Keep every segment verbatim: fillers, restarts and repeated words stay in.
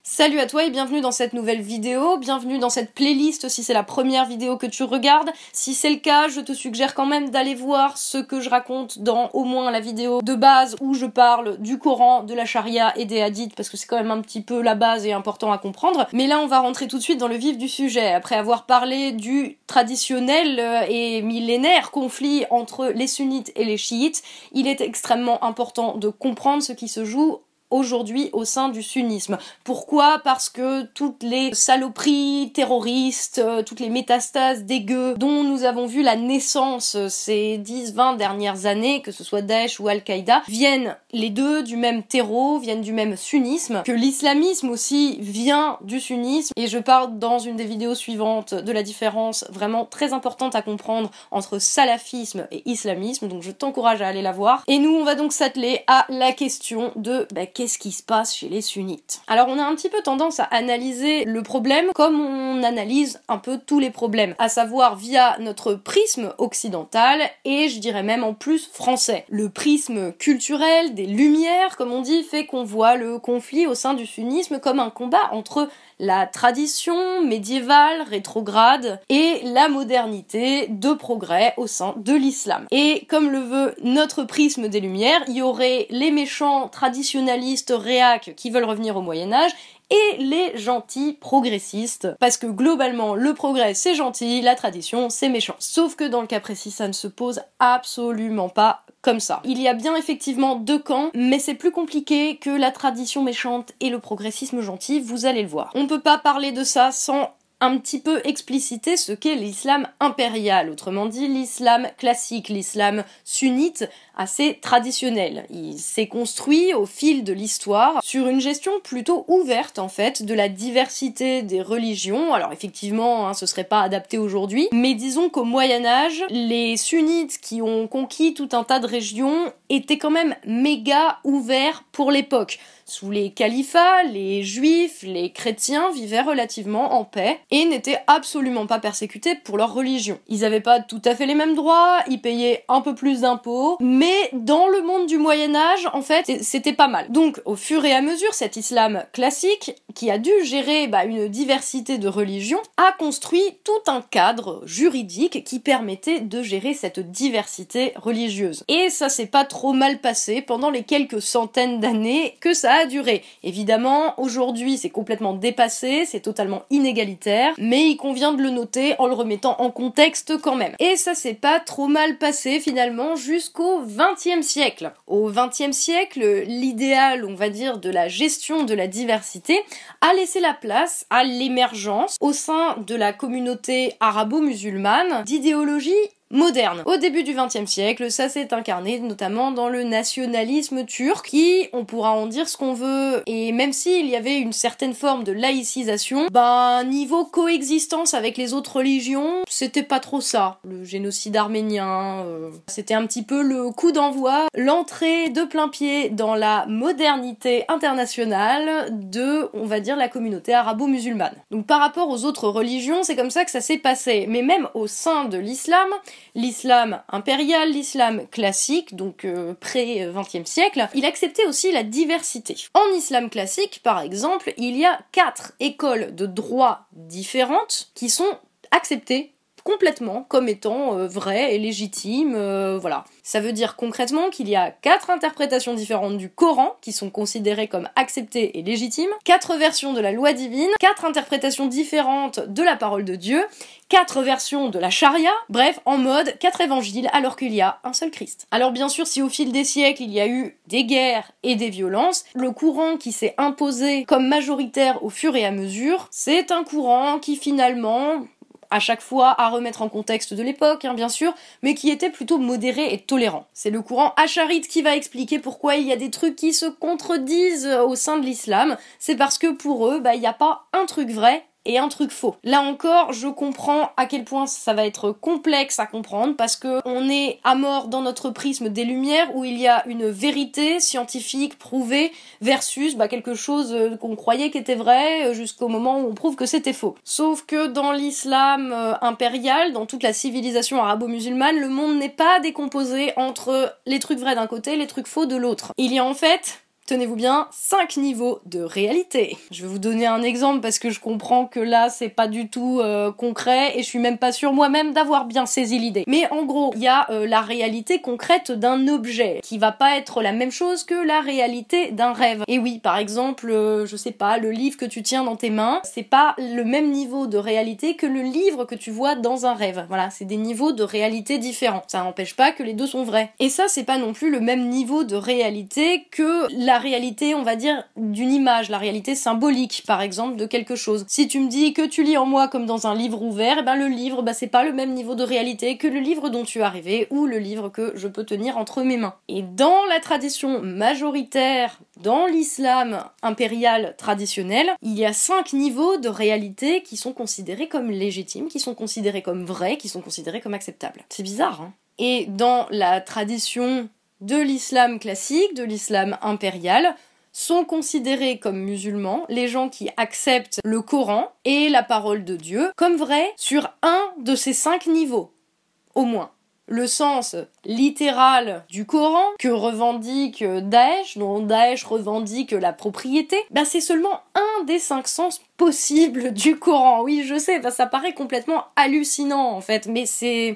Salut à toi et bienvenue dans cette nouvelle vidéo, bienvenue dans cette playlist si c'est la première vidéo que tu regardes. Si c'est le cas, je te suggère quand même d'aller voir ce que je raconte dans au moins la vidéo de base où je parle du Coran, de la charia et des hadiths parce que c'est quand même un petit peu la base et important à comprendre. Mais là on va rentrer tout de suite dans le vif du sujet. Après avoir parlé du traditionnel et millénaire conflit entre les sunnites et les chiites, il est extrêmement important de comprendre ce qui se joue aujourd'hui au sein du sunnisme. Pourquoi ? Parce que toutes les saloperies terroristes, euh, toutes les métastases dégueu dont nous avons vu la naissance ces dix vingt dernières années, que ce soit Daesh ou Al-Qaïda, viennent les deux du même terreau, viennent du même sunnisme, que l'islamisme aussi vient du sunnisme, et je parle dans une des vidéos suivantes de la différence vraiment très importante à comprendre entre salafisme et islamisme, donc je t'encourage à aller la voir. Et nous, on va donc s'atteler à la question de bah, qu'est-ce qui se passe chez les sunnites. Alors on a un petit peu tendance à analyser le problème comme on analyse un peu tous les problèmes, à savoir via notre prisme occidental et je dirais même en plus français. Le prisme culturel, des lumières comme on dit, fait qu'on voit le conflit au sein du sunnisme comme un combat entre la tradition médiévale, rétrograde, et la modernité de progrès au sein de l'islam. Et comme le veut notre prisme des Lumières, il y aurait les méchants traditionnalistes réacs qui veulent revenir au Moyen-Âge, et les gentils progressistes, parce que globalement, le progrès c'est gentil, la tradition c'est méchant. Sauf que dans le cas précis, ça ne se pose absolument pas comme ça. Il y a bien effectivement deux camps, mais c'est plus compliqué que la tradition méchante et le progressisme gentil, vous allez le voir. On peut pas parler de ça sans un petit peu expliciter ce qu'est l'islam impérial, autrement dit l'islam classique, l'islam sunnite assez traditionnel. Il s'est construit au fil de l'histoire sur une gestion plutôt ouverte en fait de la diversité des religions. Alors effectivement, hein, ce serait pas adapté aujourd'hui, mais disons qu'au Moyen-Âge, les sunnites qui ont conquis tout un tas de régions étaient quand même méga ouverts pour l'époque. Sous les califats, les juifs, les chrétiens vivaient relativement en paix et n'étaient absolument pas persécutés pour leur religion. Ils avaient pas tout à fait les mêmes droits, ils payaient un peu plus d'impôts, mais dans le monde du Moyen-Âge, en fait, c'était pas mal. Donc, au fur et à mesure, cet islam classique, qui a dû gérer bah, une diversité de religions, a construit tout un cadre juridique qui permettait de gérer cette diversité religieuse. Et ça s'est pas trop mal passé pendant les quelques centaines d'années que ça a duré. Évidemment, aujourd'hui, c'est complètement dépassé, c'est totalement inégalitaire, mais il convient de le noter en le remettant en contexte quand même. Et ça s'est pas trop mal passé finalement jusqu'au vingtième siècle. Au vingtième siècle, l'idéal, on va dire, de la gestion de la diversité a laissé la place à l'émergence au sein de la communauté arabo-musulmane d'idéologies moderne. Au début du vingtième siècle, ça s'est incarné notamment dans le nationalisme turc, qui, on pourra en dire ce qu'on veut, et même s'il y avait une certaine forme de laïcisation, bah niveau coexistence avec les autres religions, c'était pas trop ça. Le génocide arménien, euh, c'était un petit peu le coup d'envoi, l'entrée de plein pied dans la modernité internationale de, on va dire, la communauté arabo-musulmane. Donc par rapport aux autres religions, c'est comme ça que ça s'est passé. Mais même au sein de l'islam, l'islam impérial, l'islam classique, donc euh, pré-vingtième siècle, il acceptait aussi la diversité. En islam classique, par exemple, il y a quatre écoles de droit différentes qui sont acceptées complètement comme étant euh, vraies et légitimes, euh, voilà. Ça veut dire concrètement qu'il y a quatre interprétations différentes du Coran qui sont considérées comme acceptées et légitimes, quatre versions de la loi divine, quatre interprétations différentes de la parole de Dieu, quatre versions de la charia, bref, en mode quatre évangiles alors qu'il y a un seul Christ. Alors bien sûr, si au fil des siècles il y a eu des guerres et des violences, le courant qui s'est imposé comme majoritaire au fur et à mesure, c'est un courant qui finalement, à chaque fois à remettre en contexte de l'époque, hein, bien sûr, mais qui était plutôt modéré et tolérant. C'est le courant acharite qui va expliquer pourquoi il y a des trucs qui se contredisent au sein de l'islam. C'est parce que pour eux, bah, il n'y a pas un truc vrai et un truc faux. Là encore, je comprends à quel point ça va être complexe à comprendre parce que on est à mort dans notre prisme des Lumières où il y a une vérité scientifique prouvée versus bah, quelque chose qu'on croyait qu'était vrai jusqu'au moment où on prouve que c'était faux. Sauf que dans l'islam euh, impérial, dans toute la civilisation arabo-musulmane, le monde n'est pas décomposé entre les trucs vrais d'un côté et les trucs faux de l'autre. Il y a en fait tenez-vous bien, cinq niveaux de réalité. Je vais vous donner un exemple parce que je comprends que là, c'est pas du tout euh, concret et je suis même pas sûre moi-même d'avoir bien saisi l'idée. Mais en gros, il y a euh, la réalité concrète d'un objet qui va pas être la même chose que la réalité d'un rêve. Et oui, par exemple, euh, je sais pas, le livre que tu tiens dans tes mains, c'est pas le même niveau de réalité que le livre que tu vois dans un rêve. Voilà, c'est des niveaux de réalité différents. Ça n'empêche pas que les deux sont vrais. Et ça, c'est pas non plus le même niveau de réalité que la réalité, on va dire, d'une image, la réalité symbolique, par exemple, de quelque chose. Si tu me dis que tu lis en moi comme dans un livre ouvert, et ben le livre, bah, c'est pas le même niveau de réalité que le livre dont tu es arrivé ou le livre que je peux tenir entre mes mains. Et dans la tradition majoritaire, dans l'islam impérial traditionnel, il y a cinq niveaux de réalité qui sont considérés comme légitimes, qui sont considérés comme vrais, qui sont considérés comme acceptables. C'est bizarre, hein ? Et dans la tradition de l'islam classique, de l'islam impérial, sont considérés comme musulmans les gens qui acceptent le Coran et la parole de Dieu comme vrais sur un de ces cinq niveaux, au moins. Le sens littéral du Coran que revendique Daesh, dont Daesh revendique la propriété, ben c'est seulement un des cinq sens possibles du Coran. Oui, je sais, ben ça paraît complètement hallucinant en fait, mais c'est...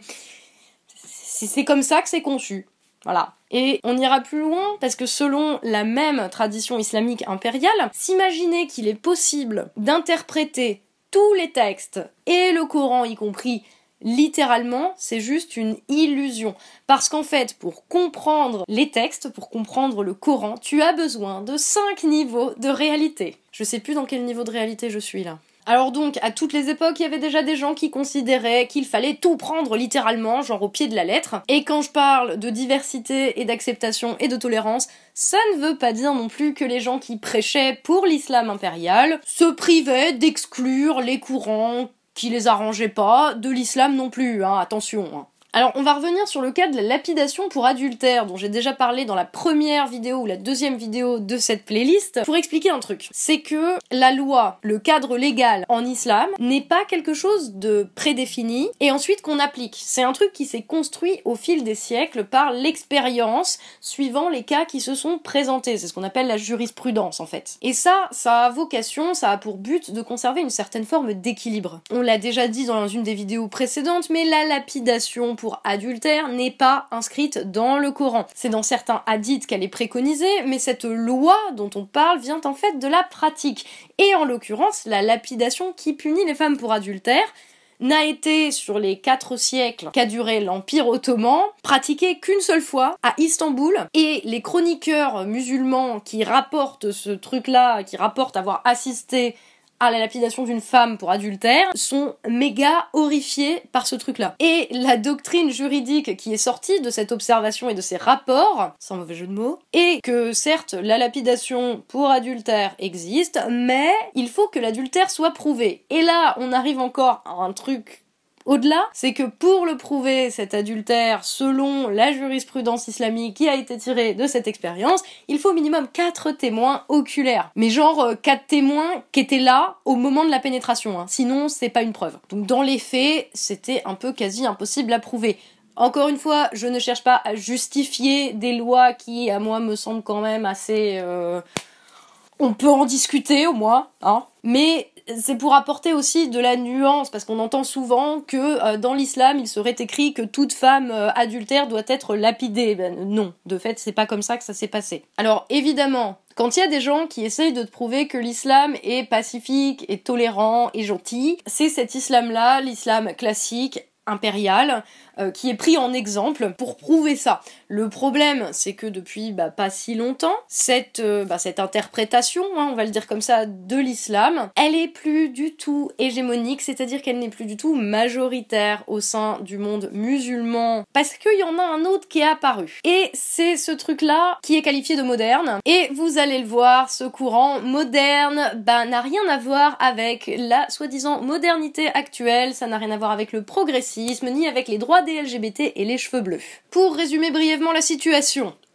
c'est comme ça que c'est conçu. Voilà. Et on ira plus loin parce que selon la même tradition islamique impériale, s'imaginer qu'il est possible d'interpréter tous les textes, et le Coran y compris, littéralement, c'est juste une illusion. Parce qu'en fait, pour comprendre les textes, pour comprendre le Coran, tu as besoin de cinq niveaux de réalité. Je sais plus dans quel niveau de réalité je suis là. Alors donc, à toutes les époques, il y avait déjà des gens qui considéraient qu'il fallait tout prendre littéralement, genre au pied de la lettre. Et quand je parle de diversité et d'acceptation et de tolérance, ça ne veut pas dire non plus que les gens qui prêchaient pour l'islam impérial se privaient d'exclure les courants qui les arrangeaient pas de l'islam non plus, hein, attention, hein. Alors, on va revenir sur le cas de la lapidation pour adultère, dont j'ai déjà parlé dans la première vidéo ou la deuxième vidéo de cette playlist, pour expliquer un truc. C'est que la loi, le cadre légal en islam, n'est pas quelque chose de prédéfini et ensuite qu'on applique. C'est un truc qui s'est construit au fil des siècles par l'expérience, suivant les cas qui se sont présentés. C'est ce qu'on appelle la jurisprudence, en fait. Et ça, ça a vocation, ça a pour but de conserver une certaine forme d'équilibre. On l'a déjà dit dans une des vidéos précédentes, mais la lapidation pour pour adultère n'est pas inscrite dans le Coran. C'est dans certains hadiths qu'elle est préconisée, mais cette loi dont on parle vient en fait de la pratique. Et en l'occurrence, la lapidation qui punit les femmes pour adultère n'a été, sur les quatre siècles qu'a duré l'Empire ottoman, pratiquée qu'une seule fois à Istanbul, et les chroniqueurs musulmans qui rapportent ce truc-là, qui rapportent avoir assisté à la lapidation d'une femme pour adultère, sont méga horrifiés par ce truc-là. Et la doctrine juridique qui est sortie de cette observation et de ces rapports, sans mauvais jeu de mots, est que certes, la lapidation pour adultère existe, mais il faut que l'adultère soit prouvé. Et là, on arrive encore à un truc au-delà, c'est que pour le prouver, cet adultère, selon la jurisprudence islamique qui a été tirée de cette expérience, il faut au minimum quatre témoins oculaires. Mais genre euh, quatre témoins qui étaient là au moment de la pénétration, hein. Sinon c'est pas une preuve. Donc dans les faits, c'était un peu quasi impossible à prouver. Encore une fois, je ne cherche pas à justifier des lois qui, à moi, me semblent quand même assez... Euh... On peut en discuter, au moins, hein. Mais c'est pour apporter aussi de la nuance, parce qu'on entend souvent que euh, dans l'islam, il serait écrit que toute femme euh, adultère doit être lapidée. Ben non, de fait, c'est pas comme ça que ça s'est passé. Alors, évidemment, quand il y a des gens qui essayent de te prouver que l'islam est pacifique, et tolérant, et gentil, c'est cet islam-là, l'islam classique, impérial, euh, qui est pris en exemple pour prouver ça. Le problème, c'est que depuis bah, pas si longtemps, cette, euh, bah, cette interprétation, hein, on va le dire comme ça, de l'islam, elle est plus du tout hégémonique, c'est-à-dire qu'elle n'est plus du tout majoritaire au sein du monde musulman, parce qu'il y en a un autre qui est apparu. Et c'est ce truc-là qui est qualifié de moderne, et vous allez le voir, ce courant moderne bah, n'a rien à voir avec la soi-disant modernité actuelle, ça n'a rien à voir avec le progressisme, ni avec les droits des L G B T et les cheveux bleus. Pour résumer brièvement la situation,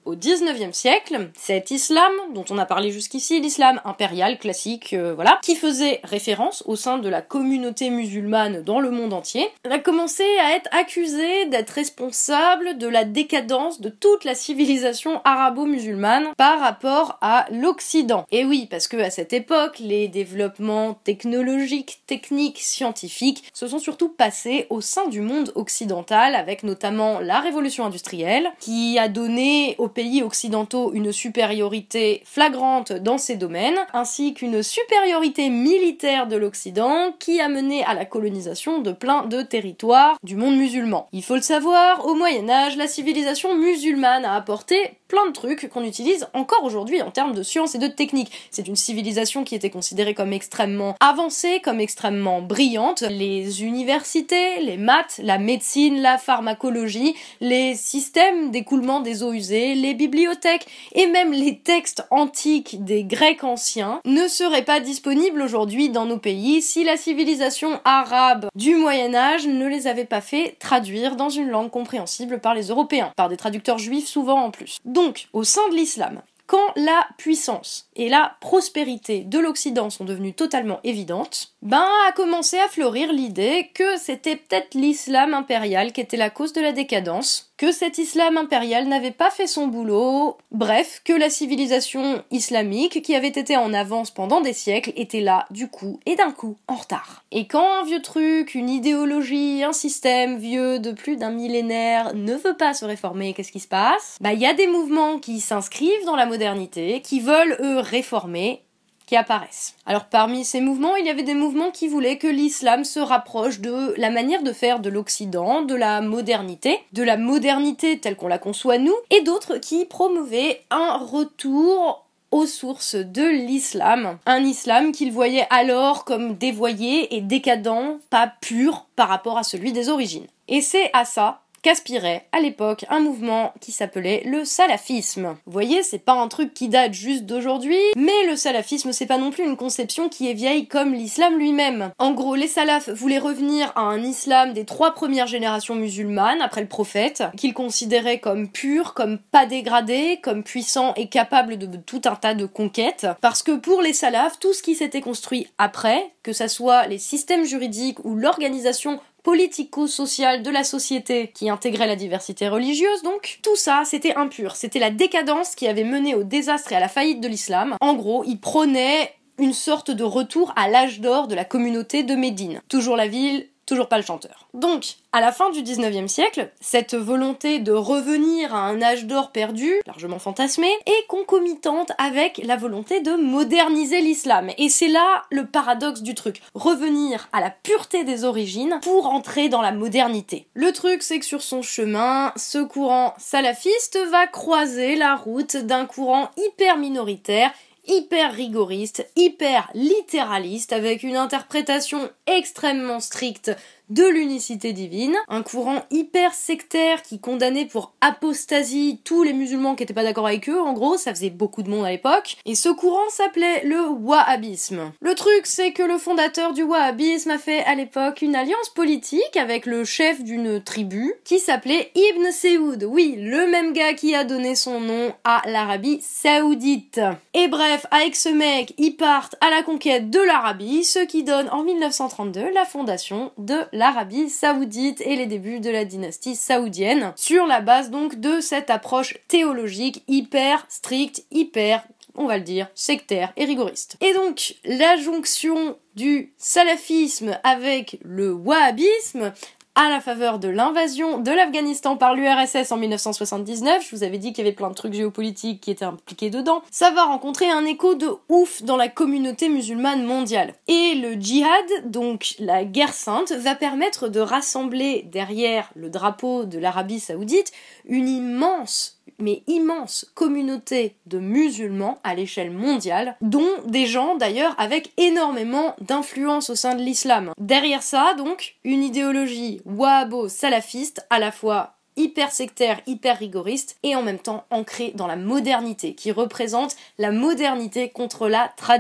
au dix-neuvième siècle, cet islam, dont on a parlé jusqu'ici, l'islam impérial classique, euh, voilà, qui faisait référence au sein de la communauté musulmane dans le monde entier, a commencé à être accusé d'être responsable de la décadence de toute la civilisation arabo-musulmane par rapport à l'Occident. Et oui, parce que à cette époque, les développements technologiques, techniques, scientifiques se sont surtout passés au sein du monde occidental, avec notamment la révolution industrielle, qui a donné aux pays occidentaux une supériorité flagrante dans ces domaines, ainsi qu'une supériorité militaire de l'Occident qui a mené à la colonisation de plein de territoires du monde musulman. Il faut le savoir, au Moyen-Âge, la civilisation musulmane a apporté plein de trucs qu'on utilise encore aujourd'hui en termes de science et de technique. C'est une civilisation qui était considérée comme extrêmement avancée, comme extrêmement brillante. Les universités, les maths, la médecine, la pharmacologie, les systèmes d'écoulement des eaux usées, les bibliothèques et même les textes antiques des Grecs anciens ne seraient pas disponibles aujourd'hui dans nos pays si la civilisation arabe du Moyen-Âge ne les avait pas fait traduire dans une langue compréhensible par les Européens, par des traducteurs juifs souvent en plus. Donc, au sein de l'islam, quand la puissance et la prospérité de l'Occident sont devenues totalement évidentes, ben a commencé à fleurir l'idée que c'était peut-être l'islam impérial qui était la cause de la décadence, que cet islam impérial n'avait pas fait son boulot, bref, que la civilisation islamique, qui avait été en avance pendant des siècles, était là, du coup, et d'un coup, en retard. Et quand un vieux truc, une idéologie, un système vieux de plus d'un millénaire ne veut pas se réformer, qu'est-ce qui se passe? Bah, il y a des mouvements qui s'inscrivent dans la modernité, qui veulent, eux, réformer, qui apparaissent. Alors parmi ces mouvements, il y avait des mouvements qui voulaient que l'islam se rapproche de la manière de faire de l'Occident, de la modernité, de la modernité telle qu'on la conçoit nous, et d'autres qui promouvaient un retour aux sources de l'islam. Un islam qu'ils voyaient alors comme dévoyé et décadent, pas pur par rapport à celui des origines. Et c'est à ça qu'aspirait à l'époque un mouvement qui s'appelait le salafisme. Vous voyez, c'est pas un truc qui date juste d'aujourd'hui, mais le salafisme c'est pas non plus une conception qui est vieille comme l'islam lui-même. En gros, les salafs voulaient revenir à un islam des trois premières générations musulmanes après le prophète, qu'ils considéraient comme pur, comme pas dégradé, comme puissant et capable de tout un tas de conquêtes, parce que pour les salafs, tout ce qui s'était construit après, que ça soit les systèmes juridiques ou l'organisation politico-sociale de la société qui intégrait la diversité religieuse, donc tout ça c'était impur, c'était la décadence qui avait mené au désastre et à la faillite de l'islam. En gros, ils prônaient une sorte de retour à l'âge d'or de la communauté de Médine. Toujours la ville, toujours pas le chanteur. Donc, à la fin du dix-neuvième siècle, cette volonté de revenir à un âge d'or perdu, largement fantasmé, est concomitante avec la volonté de moderniser l'islam. Et c'est là le paradoxe du truc. Revenir à la pureté des origines pour entrer dans la modernité. Le truc, c'est que sur son chemin, ce courant salafiste va croiser la route d'un courant hyper minoritaire, hyper rigoriste, hyper littéraliste, avec une interprétation extrêmement stricte de l'unicité divine, un courant hyper sectaire qui condamnait pour apostasie tous les musulmans qui étaient pas d'accord avec eux, en gros, ça faisait beaucoup de monde à l'époque, et ce courant s'appelait le wahhabisme. Le truc, c'est que le fondateur du wahhabisme a fait à l'époque une alliance politique avec le chef d'une tribu qui s'appelait Ibn Saoud, oui, le même gars qui a donné son nom à l'Arabie Saoudite. Et bref, avec ce mec, ils partent à la conquête de l'Arabie, ce qui donne en mille neuf cent trente-deux la fondation de l'Arabie Saoudite et les débuts de la dynastie saoudienne, sur la base donc de cette approche théologique hyper stricte, hyper, on va le dire, sectaire et rigoriste. Et donc, la jonction du salafisme avec le wahhabisme, à la faveur de l'invasion de l'Afghanistan par l'U R S S en mille neuf cent soixante-dix-neuf, je vous avais dit qu'il y avait plein de trucs géopolitiques qui étaient impliqués dedans, ça va rencontrer un écho de ouf dans la communauté musulmane mondiale. Et le djihad, donc la guerre sainte, va permettre de rassembler derrière le drapeau de l'Arabie Saoudite une immense mais immense communauté de musulmans à l'échelle mondiale, dont des gens d'ailleurs avec énormément d'influence au sein de l'islam. Derrière ça, donc, une idéologie wahhabo-salafiste à la fois hyper sectaire, hyper rigoriste, et en même temps ancrée dans la modernité, qui représente la modernité contre la tradition.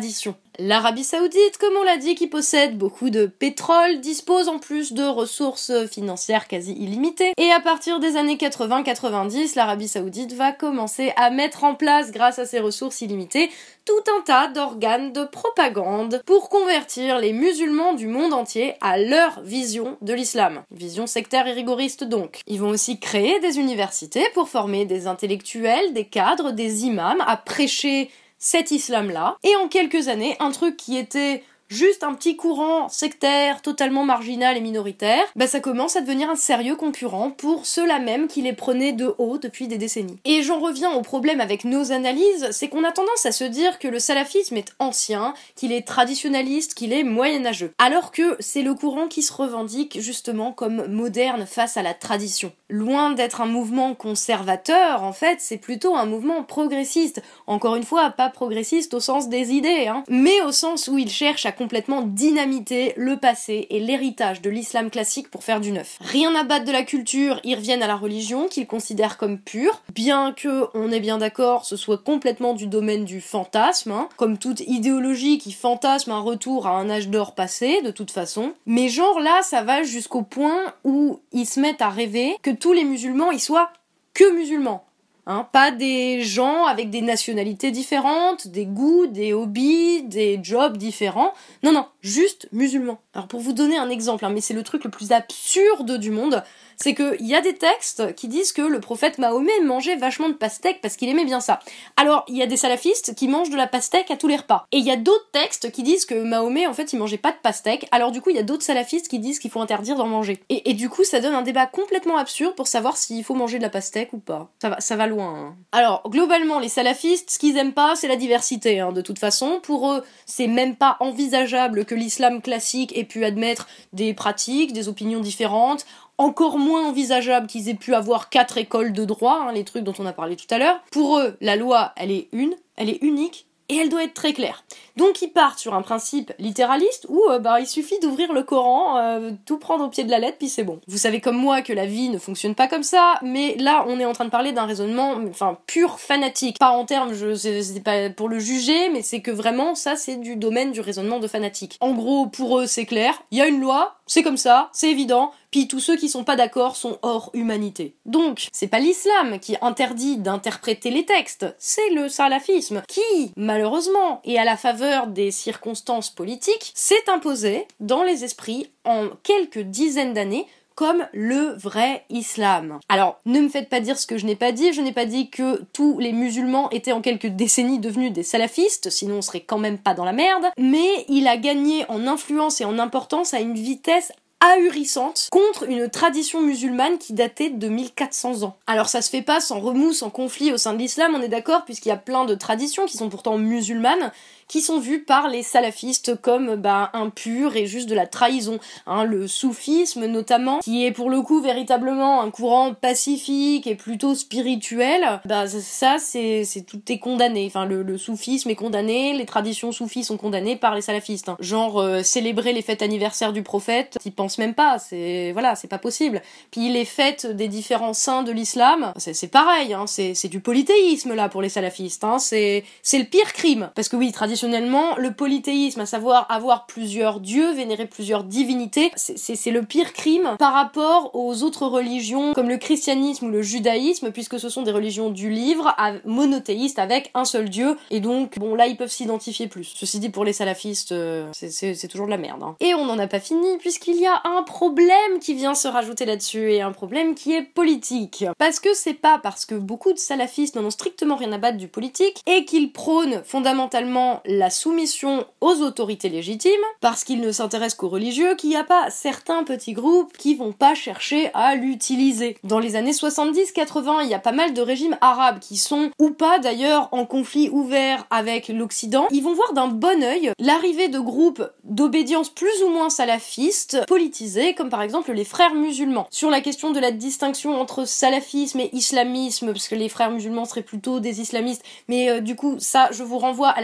L'Arabie Saoudite, comme on l'a dit, qui possède beaucoup de pétrole, dispose en plus de ressources financières quasi illimitées. Et à partir des années quatre-vingts quatre-vingt-dix, l'Arabie Saoudite va commencer à mettre en place, grâce à ses ressources illimitées, tout un tas d'organes de propagande pour convertir les musulmans du monde entier à leur vision de l'islam. Vision sectaire et rigoriste donc. Ils vont aussi créer des universités pour former des intellectuels, des cadres, des imams à prêcher cet islam-là. Et en quelques années, un truc qui était juste un petit courant sectaire, totalement marginal et minoritaire, bah ça commence à devenir un sérieux concurrent pour ceux-là même qui les prenaient de haut depuis des décennies. Et j'en reviens au problème avec nos analyses, c'est qu'on a tendance à se dire que le salafisme est ancien, qu'il est traditionnaliste, qu'il est moyenâgeux. Alors que c'est le courant qui se revendique justement comme moderne face à la tradition. Loin d'être un mouvement conservateur, en fait, c'est plutôt un mouvement progressiste. Encore une fois, pas progressiste au sens des idées, hein, mais au sens où il cherche à complètement dynamiter le passé et l'héritage de l'islam classique pour faire du neuf. Rien à battre de la culture, ils reviennent à la religion, qu'ils considèrent comme pure, bien que, on est bien d'accord, ce soit complètement du domaine du fantasme, hein, comme toute idéologie qui fantasme un retour à un âge d'or passé, de toute façon. Mais genre là, ça va jusqu'au point où ils se mettent à rêver que tous les musulmans, ils soient que musulmans. Hein, pas des gens avec des nationalités différentes, des goûts, des hobbies, des jobs différents. Non, non, juste musulmans. Alors pour vous donner un exemple, hein, mais c'est le truc le plus absurde du monde, c'est qu'il y a des textes qui disent que le prophète Mahomet mangeait vachement de pastèque parce qu'il aimait bien ça. Alors, il y a des salafistes qui mangent de la pastèque à tous les repas. Et il y a d'autres textes qui disent que Mahomet, en fait, il mangeait pas de pastèque. Alors du coup, il y a d'autres salafistes qui disent qu'il faut interdire d'en manger. Et, et du coup, ça donne un débat complètement absurde pour savoir s'il faut manger de la pastèque ou pas. Ça va, ça va loin. Hein. Alors, globalement, les salafistes, ce qu'ils aiment pas, c'est la diversité, hein, de toute façon. Pour eux, c'est même pas envisageable que l'islam classique ait pu admettre des pratiques, des opinions différentes. Encore moins envisageable qu'ils aient pu avoir quatre écoles de droit, hein, les trucs dont on a parlé tout à l'heure. Pour eux, la loi, elle est une, elle est unique, et elle doit être très claire. Donc ils partent sur un principe littéraliste où euh, bah, il suffit d'ouvrir le Coran, euh, tout prendre au pied de la lettre, puis c'est bon. Vous savez comme moi que la vie ne fonctionne pas comme ça, mais là on est en train de parler d'un raisonnement enfin pur fanatique. Pas en termes, je c'est, c'est pas pour le juger, mais c'est que vraiment ça c'est du domaine du raisonnement de fanatique. En gros, pour eux c'est clair, il y a une loi, c'est comme ça, c'est évident, puis tous ceux qui sont pas d'accord sont hors humanité. Donc, c'est pas l'islam qui interdit d'interpréter les textes, c'est le salafisme qui, malheureusement, et à la faveur des circonstances politiques, s'est imposé dans les esprits en quelques dizaines d'années comme le vrai islam. Alors, ne me faites pas dire ce que je n'ai pas dit, je n'ai pas dit que tous les musulmans étaient en quelques décennies devenus des salafistes, sinon on serait quand même pas dans la merde, mais il a gagné en influence et en importance à une vitesse ahurissante contre une tradition musulmane qui datait de mille quatre cents ans. Alors ça se fait pas sans remous, sans conflit au sein de l'islam, on est d'accord, puisqu'il y a plein de traditions qui sont pourtant musulmanes, qui sont vues par les salafistes comme bah, impures et juste de la trahison. Hein, le soufisme notamment, qui est pour le coup véritablement un courant pacifique et plutôt spirituel, bah ça c'est, c'est tout est condamné. Enfin le, le soufisme est condamné, les traditions soufis sont condamnées par les salafistes. Hein. Genre euh, célébrer les fêtes anniversaires du prophète, ils pensent même pas, c'est voilà, c'est pas possible. Puis les fêtes des différents saints de l'islam, c'est, c'est pareil, hein, c'est, c'est du polythéisme là pour les salafistes. Hein, c'est, c'est le pire crime. Parce que oui, traditionnellement, le polythéisme, à savoir avoir plusieurs dieux, vénérer plusieurs divinités, c'est, c'est, c'est le pire crime par rapport aux autres religions comme le christianisme ou le judaïsme, puisque ce sont des religions du livre, monothéistes avec un seul dieu, et donc, bon, là, ils peuvent s'identifier plus. Ceci dit, pour les salafistes, euh, c'est, c'est, c'est toujours de la merde. Hein. Et on n'en a pas fini, puisqu'il y a un problème qui vient se rajouter là-dessus, et un problème qui est politique. Parce que c'est pas parce que beaucoup de salafistes n'en ont strictement rien à battre du politique, et qu'ils prônent fondamentalement la soumission aux autorités légitimes, parce qu'ils ne s'intéressent qu'aux religieux, qu'il n'y a pas certains petits groupes qui vont pas chercher à l'utiliser. Dans les années soixante-dix quatre-vingts, il y a pas mal de régimes arabes qui sont, ou pas d'ailleurs, en conflit ouvert avec l'Occident. Ils vont voir d'un bon œil l'arrivée de groupes d'obédience plus ou moins salafistes, politisés, comme par exemple les frères musulmans. Sur la question de la distinction entre salafisme et islamisme, parce que les frères musulmans seraient plutôt des islamistes, mais euh, du coup, ça, je vous renvoie à la vidéo sur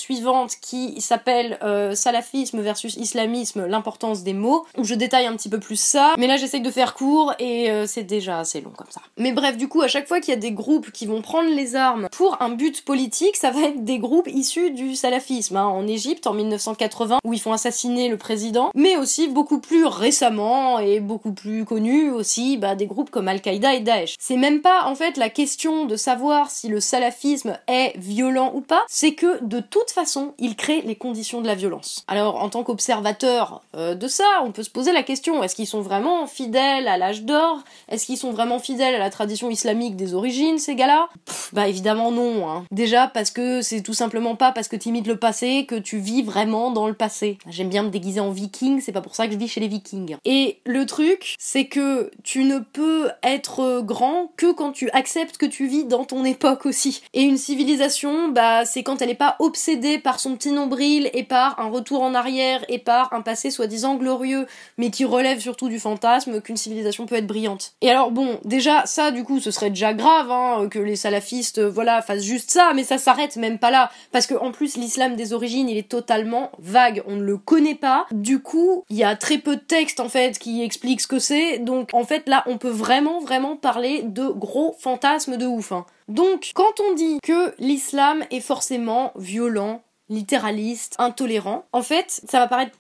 suivante qui s'appelle euh, salafisme versus islamisme, l'importance des mots, où je détaille un petit peu plus ça, mais là j'essaye de faire court et euh, c'est déjà assez long comme ça. Mais bref, du coup, à chaque fois qu'il y a des groupes qui vont prendre les armes pour un but politique, ça va être des groupes issus du salafisme, hein, en Égypte en mille neuf cent quatre-vingts, où ils font assassiner le président, mais aussi beaucoup plus récemment et beaucoup plus connus aussi, bah, des groupes comme Al-Qaïda et Daesh. C'est même pas en fait la question de savoir si le salafisme est violent ou pas, c'est que de toute façon, il crée les conditions de la violence. Alors en tant qu'observateur euh, de ça, on peut se poser la question, est-ce qu'ils sont vraiment fidèles à l'âge d'or? Est-ce qu'ils sont vraiment fidèles à la tradition islamique des origines, ces gars-là? Pff, bah évidemment non, hein. Déjà parce que c'est tout simplement pas parce que t'imites le passé que tu vis vraiment dans le passé. J'aime bien me déguiser en viking, c'est pas pour ça que je vis chez les vikings. Et le truc, c'est que tu ne peux être grand que quand tu acceptes que tu vis dans ton époque aussi. Et une civilisation, bah c'est quand elle est pas obsédée par son petit nombril et par un retour en arrière et par un passé soi-disant glorieux, mais qui relève surtout du fantasme qu'une civilisation peut être brillante. Et alors bon, déjà ça du coup ce serait déjà grave hein, que les salafistes voilà fassent juste ça, mais ça s'arrête même pas là, parce que en plus l'islam des origines il est totalement vague, on ne le connaît pas, du coup il y a très peu de textes en fait qui expliquent ce que c'est, donc en fait là on peut vraiment vraiment parler de gros fantasmes de ouf. Hein. Donc quand on dit que l'islam est forcément violent, littéraliste, intolérant, en fait ça va paraître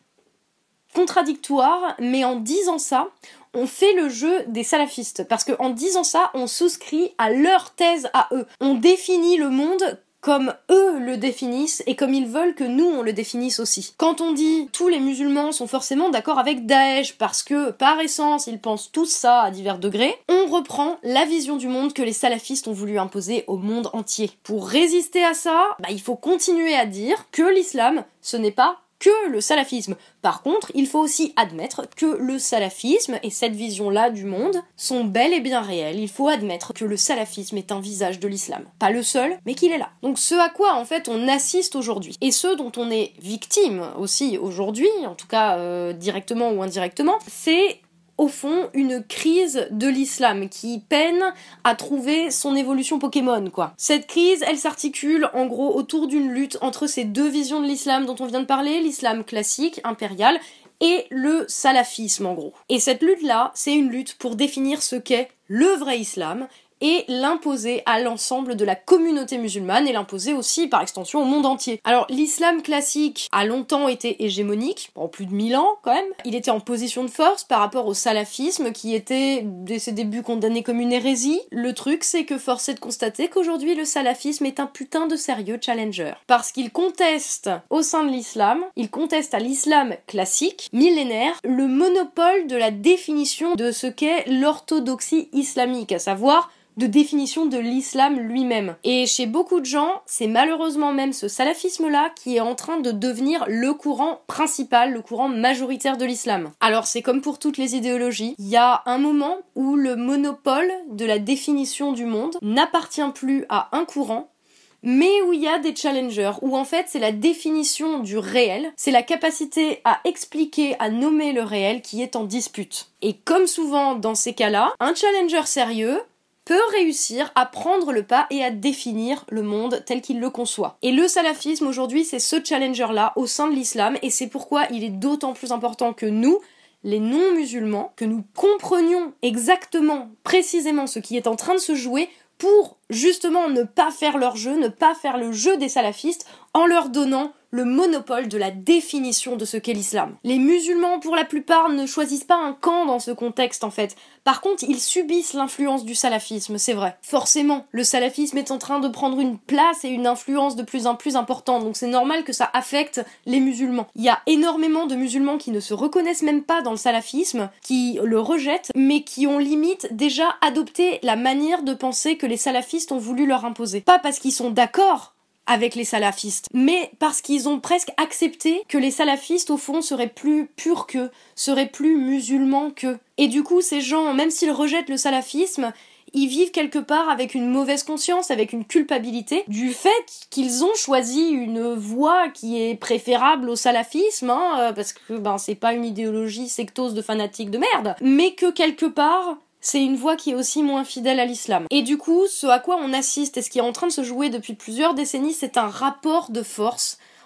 contradictoire, mais en disant ça, on fait le jeu des salafistes, parce qu'en disant ça, on souscrit à leur thèse à eux. On définit le monde comme eux le définissent et comme ils veulent que nous on le définisse aussi. Quand on dit tous les musulmans sont forcément d'accord avec Daesh parce que par essence ils pensent tous ça à divers degrés, on reprend la vision du monde que les salafistes ont voulu imposer au monde entier. Pour résister à ça, bah, il faut continuer à dire que l'islam ce n'est pas que le salafisme. Par contre, il faut aussi admettre que le salafisme et cette vision-là du monde sont bel et bien réels. Il faut admettre que le salafisme est un visage de l'islam. Pas le seul, mais qu'il est là. Donc ce à quoi, en fait, on assiste aujourd'hui, et ce dont on est victime aussi aujourd'hui, en tout cas euh, directement ou indirectement, c'est au fond, une crise de l'islam qui peine à trouver son évolution Pokémon, quoi. Cette crise, elle s'articule, en gros, autour d'une lutte entre ces deux visions de l'islam dont on vient de parler, l'islam classique, impérial, et le salafisme, en gros. Et cette lutte-là, c'est une lutte pour définir ce qu'est le vrai islam, et l'imposer à l'ensemble de la communauté musulmane et l'imposer aussi par extension au monde entier. Alors l'islam classique a longtemps été hégémonique, en plus de mille ans quand même. Il était en position de force par rapport au salafisme qui était dès ses débuts condamné comme une hérésie. Le truc c'est que force est de constater qu'aujourd'hui le salafisme est un putain de sérieux challenger. Parce qu'il conteste au sein de l'islam, il conteste à l'islam classique, millénaire, le monopole de la définition de ce qu'est l'orthodoxie islamique, à savoir de définition de l'islam lui-même. Et chez beaucoup de gens, c'est malheureusement même ce salafisme-là qui est en train de devenir le courant principal, le courant majoritaire de l'islam. Alors c'est comme pour toutes les idéologies, il y a un moment où le monopole de la définition du monde n'appartient plus à un courant, mais où il y a des challengers, où en fait c'est la définition du réel, c'est la capacité à expliquer, à nommer le réel qui est en dispute. Et comme souvent dans ces cas-là, un challenger sérieux peut réussir à prendre le pas et à définir le monde tel qu'il le conçoit. Et le salafisme aujourd'hui, c'est ce challenger-là au sein de l'islam, et c'est pourquoi il est d'autant plus important que nous, les non-musulmans, que nous comprenions exactement, précisément ce qui est en train de se jouer pour justement ne pas faire leur jeu, ne pas faire le jeu des salafistes en leur donnant le monopole de la définition de ce qu'est l'islam. Les musulmans, pour la plupart, ne choisissent pas un camp dans ce contexte, en fait. Par contre, ils subissent l'influence du salafisme, c'est vrai. Forcément, le salafisme est en train de prendre une place et une influence de plus en plus importante, donc c'est normal que ça affecte les musulmans. Il y a énormément de musulmans qui ne se reconnaissent même pas dans le salafisme, qui le rejettent, mais qui ont limite déjà adopté la manière de penser que les salafistes ont voulu leur imposer. Pas parce qu'ils sont d'accord avec les salafistes, mais parce qu'ils ont presque accepté que les salafistes au fond seraient plus purs qu'eux, seraient plus musulmans qu'eux. Et du coup ces gens, même s'ils rejettent le salafisme, ils vivent quelque part avec une mauvaise conscience, avec une culpabilité du fait qu'ils ont choisi une voie qui est préférable au salafisme, hein, parce que ben c'est pas une idéologie sectose de fanatiques de merde, mais que quelque part c'est une voie qui est aussi moins fidèle à l'islam. Et du coup, ce à quoi on assiste et ce qui est en train de se jouer depuis plusieurs décennies, c'est un rapport de force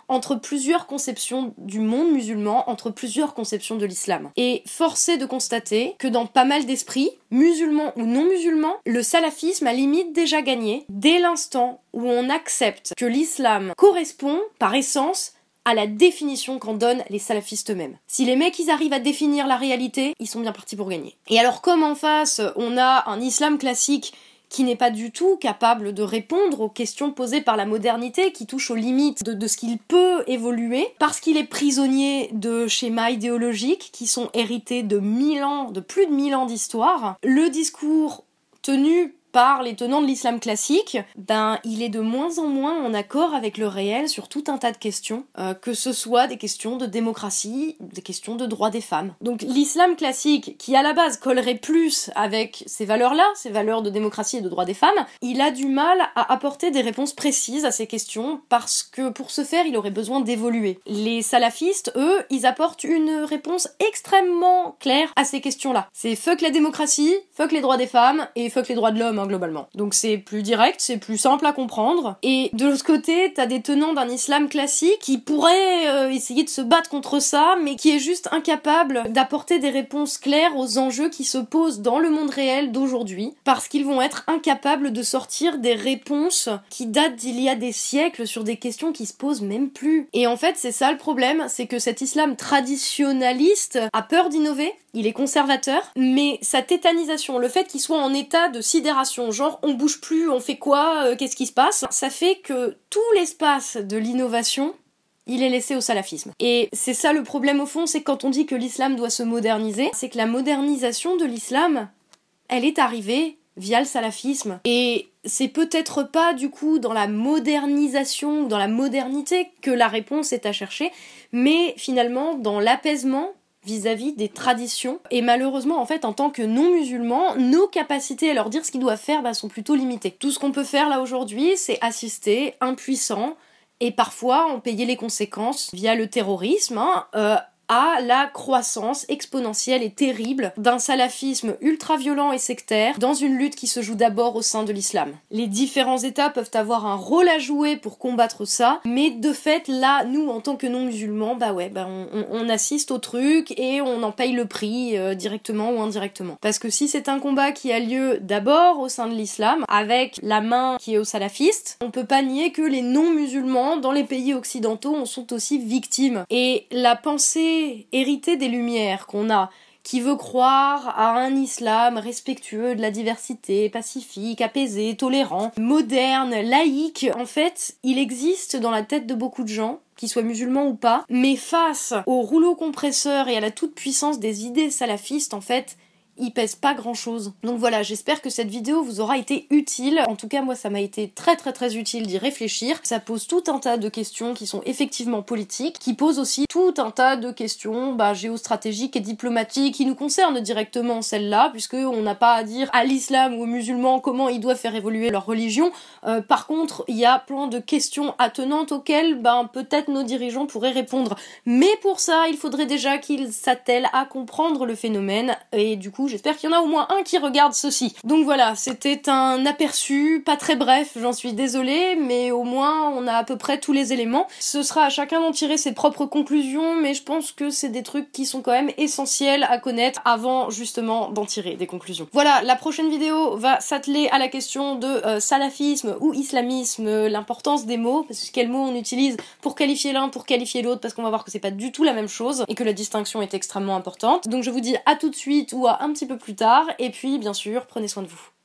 entre plusieurs conceptions du monde musulman, entre plusieurs conceptions de l'islam. Et force est de constater que dans pas mal d'esprits, musulmans ou non musulmans, le salafisme a limite déjà gagné dès l'instant où on accepte que l'islam correspond, par essence, à la définition qu'en donnent les salafistes eux-mêmes. Si les mecs ils arrivent à définir la réalité, ils sont bien partis pour gagner. Et alors comme en face, on a un islam classique qui n'est pas du tout capable de répondre aux questions posées par la modernité, qui touche aux limites de, de ce qu'il peut évoluer, parce qu'il est prisonnier de schémas idéologiques qui sont hérités de mille ans, de plus de mille ans d'histoire, le discours tenu par les tenants de l'islam classique, ben il est de moins en moins en accord avec le réel sur tout un tas de questions, euh, que ce soit des questions de démocratie, des questions de droits des femmes. Donc l'islam classique, qui à la base collerait plus avec ces valeurs-là, ces valeurs de démocratie et de droits des femmes, il a du mal à apporter des réponses précises à ces questions parce que pour ce faire, il aurait besoin d'évoluer. Les salafistes, eux, ils apportent une réponse extrêmement claire à ces questions-là. C'est fuck la démocratie, fuck les droits des femmes et fuck les droits de l'homme, globalement. Donc c'est plus direct, c'est plus simple à comprendre. Et de l'autre côté, t'as des tenants d'un islam classique qui pourraient euh, essayer de se battre contre ça, mais qui est juste incapable d'apporter des réponses claires aux enjeux qui se posent dans le monde réel d'aujourd'hui, parce qu'ils vont être incapables de sortir des réponses qui datent d'il y a des siècles sur des questions qui se posent même plus. Et en fait, c'est ça le problème, c'est que cet islam traditionnaliste a peur d'innover, il est conservateur, mais sa tétanisation, le fait qu'il soit en état de sidération, genre on bouge plus, on fait quoi, euh, qu'est-ce qui se passe, ça fait que tout l'espace de l'innovation, il est laissé au salafisme. Et c'est ça le problème au fond, c'est que quand on dit que l'islam doit se moderniser, c'est que la modernisation de l'islam, elle est arrivée via le salafisme. Et c'est peut-être pas du coup dans la modernisation ou dans la modernité que la réponse est à chercher, mais finalement dans l'apaisement vis-à-vis des traditions. Et malheureusement, en fait, en tant que non-musulmans, nos capacités à leur dire ce qu'ils doivent faire bah, sont plutôt limitées. Tout ce qu'on peut faire là aujourd'hui, c'est assister, impuissant, et parfois en payer les conséquences via le terrorisme, hein, euh, à la croissance exponentielle et terrible d'un salafisme ultra-violent et sectaire dans une lutte qui se joue d'abord au sein de l'islam. Les différents États peuvent avoir un rôle à jouer pour combattre ça, mais de fait, là, nous, en tant que non-musulmans, bah ouais, bah on, on, on assiste au truc et on en paye le prix euh, directement ou indirectement. Parce que si c'est un combat qui a lieu d'abord au sein de l'islam, avec la main qui est aux salafistes, on peut pas nier que les non-musulmans dans les pays occidentaux en sont aussi victimes. Et la pensée hérité des Lumières qu'on a, qui veut croire à un islam respectueux de la diversité, pacifique, apaisé, tolérant, moderne, laïque, en fait, il existe dans la tête de beaucoup de gens, qu'ils soient musulmans ou pas, mais face au rouleau compresseur et à la toute-puissance des idées salafistes, en fait, il pèse pas grand chose. Donc voilà, j'espère que cette vidéo vous aura été utile. En tout cas, moi, ça m'a été très très très utile d'y réfléchir. Ça pose tout un tas de questions qui sont effectivement politiques, qui posent aussi tout un tas de questions bah, géostratégiques et diplomatiques qui nous concernent directement, celles-là, puisqu'on n'a pas à dire à l'islam ou aux musulmans comment ils doivent faire évoluer leur religion. Euh, par contre, il y a plein de questions attenantes auxquelles ben, peut-être nos dirigeants pourraient répondre. Mais pour ça, il faudrait déjà qu'ils s'attellent à comprendre le phénomène, et du coup, j'espère qu'il y en a au moins un qui regarde ceci. Donc voilà, c'était un aperçu, pas très bref, j'en suis désolée, mais au moins on a à peu près tous les éléments. Ce sera à chacun d'en tirer ses propres conclusions, mais je pense que c'est des trucs qui sont quand même essentiels à connaître avant justement d'en tirer des conclusions. Voilà, la prochaine vidéo va s'atteler à la question de euh, salafisme ou islamisme, euh, l'importance des mots, parce que quels mots on utilise pour qualifier l'un, pour qualifier l'autre, parce qu'on va voir que c'est pas du tout la même chose, et que la distinction est extrêmement importante. Donc je vous dis à tout de suite ou à un petit peu plus tard, et puis bien sûr, prenez soin de vous.